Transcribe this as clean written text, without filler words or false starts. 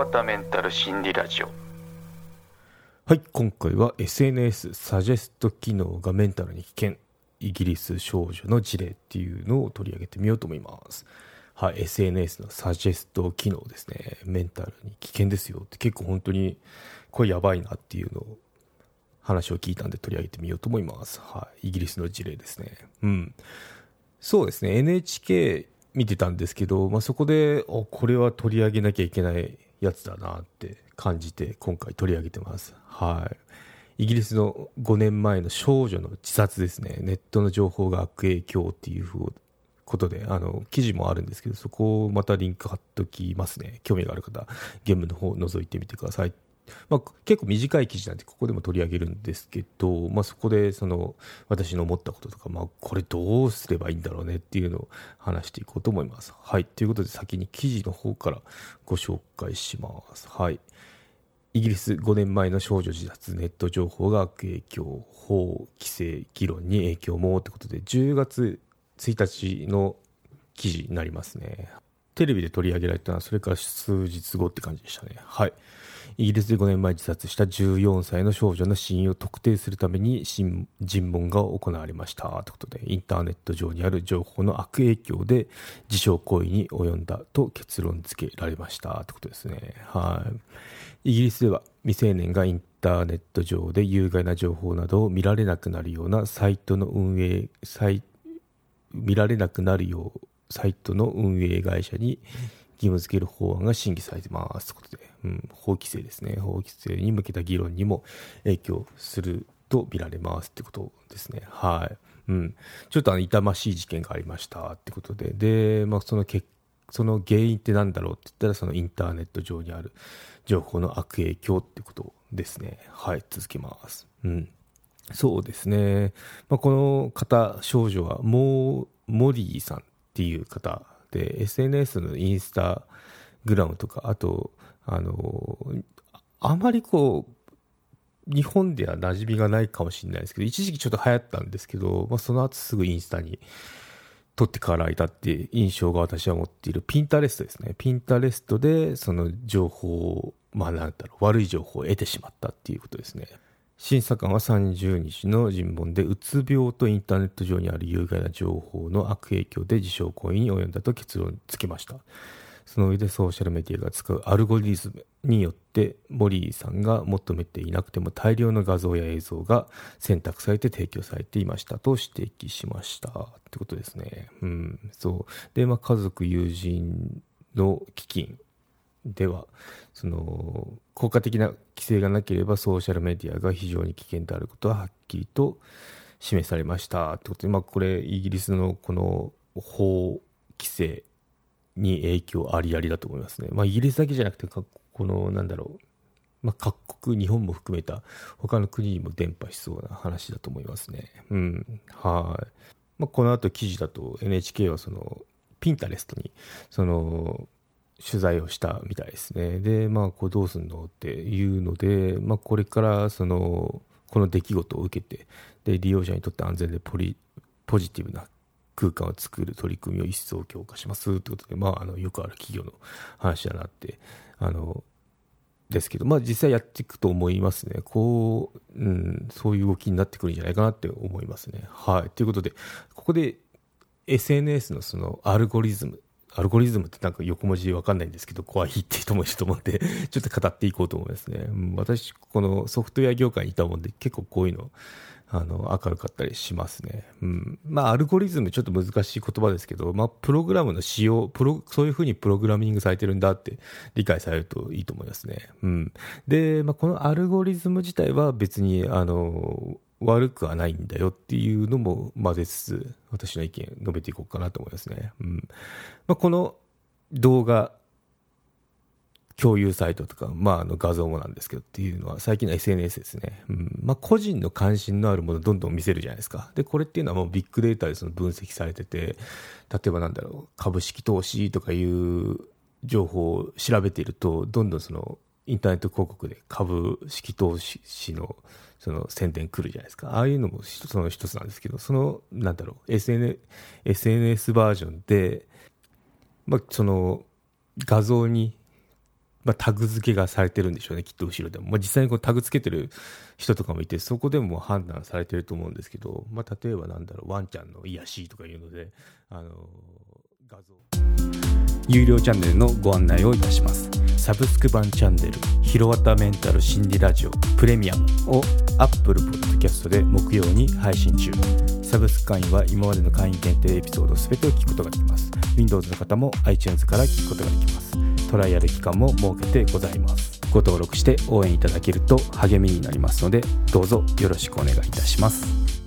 川田メンタル心理ラジオ。 はい、今回は SNS サジェスト機能がメンタルに危険、イギリス少女の事例っていうのを取り上げてみようと思います。はい、SNS のサジェスト機能ですね。メンタルに危険ですよって、結構本当にこれやばいなっていうのを話を聞いたんで取り上げてみようと思います。はい、イギリスの事例ですね。そうですね、 NHK 見てたんですけど、そこでこれは取り上げなきゃいけないやつだなって感じて今回取り上げてます。はい、イギリスの5年前の少女の自殺ですね。ネットの情報が悪影響っていうことで記事もあるんですけど、そこをまたリンク貼っときますね。興味がある方原文の方を覗いてみてください。結構短い記事なんでここでも取り上げるんですけど、そこで私の思ったこととか、これどうすればいいんだろうねっていうのを話していこうと思います。はい、ということで先に記事の方からご紹介します。はい、イギリス5年前の少女自殺、ネット情報が悪影響、法規制議論に影響もということで、10月1日の記事になりますね。テレビで取り上げられたのはそれから数日後って感じでしたね。はい、イギリスで5年前自殺した14歳の少女の死因を特定するために尋問が行われましたということで、インターネット上にある情報の悪影響で自傷行為に及んだと結論付けられましたということですね。はい、イギリスでは未成年がインターネット上で有害な情報などを見られなくなるようなサイトの運営会社に義務付ける法案が審議されていますということで、法規制ですね。法規制に向けた議論にも影響すると見られますということですね。はい、ちょっと痛ましい事件がありましたってことで、その原因ってなんだろうって言ったら、そのインターネット上にある情報の悪影響ってことですね。はい、続きます。そうですね。この少女はモリーさんっていう方で、 SNS のインスタグラムとか、あとあまり日本では馴染みがないかもしれないですけど、一時期ちょっと流行ったんですけど、その後すぐインスタに撮ってからいたっていう印象が私は持っているピンタレストですね。ピンタレストでその情報を、悪い情報を得てしまったっていうことですね。審査官は30日の尋問で、うつ病とインターネット上にある有害な情報の悪影響で自傷行為に及んだと結論付けました。その上でソーシャルメディアが使うアルゴリズムによってモリーさんが求めていなくても大量の画像や映像が選択されて提供されていましたと指摘しましたってことですね。そうで、家族友人の基金では効果的な規制がなければソーシャルメディアが非常に危険であることははっきりと示されましたってことで、これイギリスのこの法規制に影響ありありだと思いますね。イギリスだけじゃなくて各国、日本も含めた他の国にも伝播しそうな話だと思いますね。はい。この後記事だと NHK はピンタレストに取材をしたみたいですね。で、これどうすんのっていうので、これからこの出来事を受けて、で利用者にとって安全でポジティブな空間を作る取り組みを一層強化しますということで、よくある企業の話だなってですけど、実際やっていくと思いますね。そういう動きになってくるんじゃないかなって思いますね。はい、ということで、ここで SNS のアルゴリズムってなんか横文字わかんないんですけど、怖いって人もいると思うんでちょっと語っていこうと思いますね。私このソフトウェア業界にいたもんで、結構こういうの明るかったりしますね。アルゴリズムちょっと難しい言葉ですけど、プログラムの仕様、そういうふうにプログラミングされてるんだって理解されるといいと思いますね。で、このアルゴリズム自体は別に悪くはないんだよっていうのも混ぜつつ、私の意見述べていこうかなと思いますね。この動画共有サイトとか、画像もなんですけどっていうのは最近の SNS ですね。個人の関心のあるものをどんどん見せるじゃないですか。で、これっていうのはもうビッグデータで分析されてて、例えば株式投資とかいう情報を調べていると、どんどんインターネット広告で株式投資の宣伝来るじゃないですか。ああいうのもその一つなんですけど、SNS バージョンで、画像にタグ付けがされてるんでしょうね、きっと後ろでも。実際にこうタグ付けてる人とかもいて、そこでも判断されてると思うんですけど、例えばワンちゃんの癒やしとかいうので、画像。有料チャンネルのご案内をいたします。サブスク版チャンネル、ひろわたメンタル心理ラジオプレミアムを Apple Podcast で木曜に配信中。サブスク会員は今までの会員限定エピソードすべてを聞くことができます。Windows の方も iTunes から聞くことができます。トライアル期間も設けてございます。ご登録して応援いただけると励みになりますので、どうぞよろしくお願いいたします。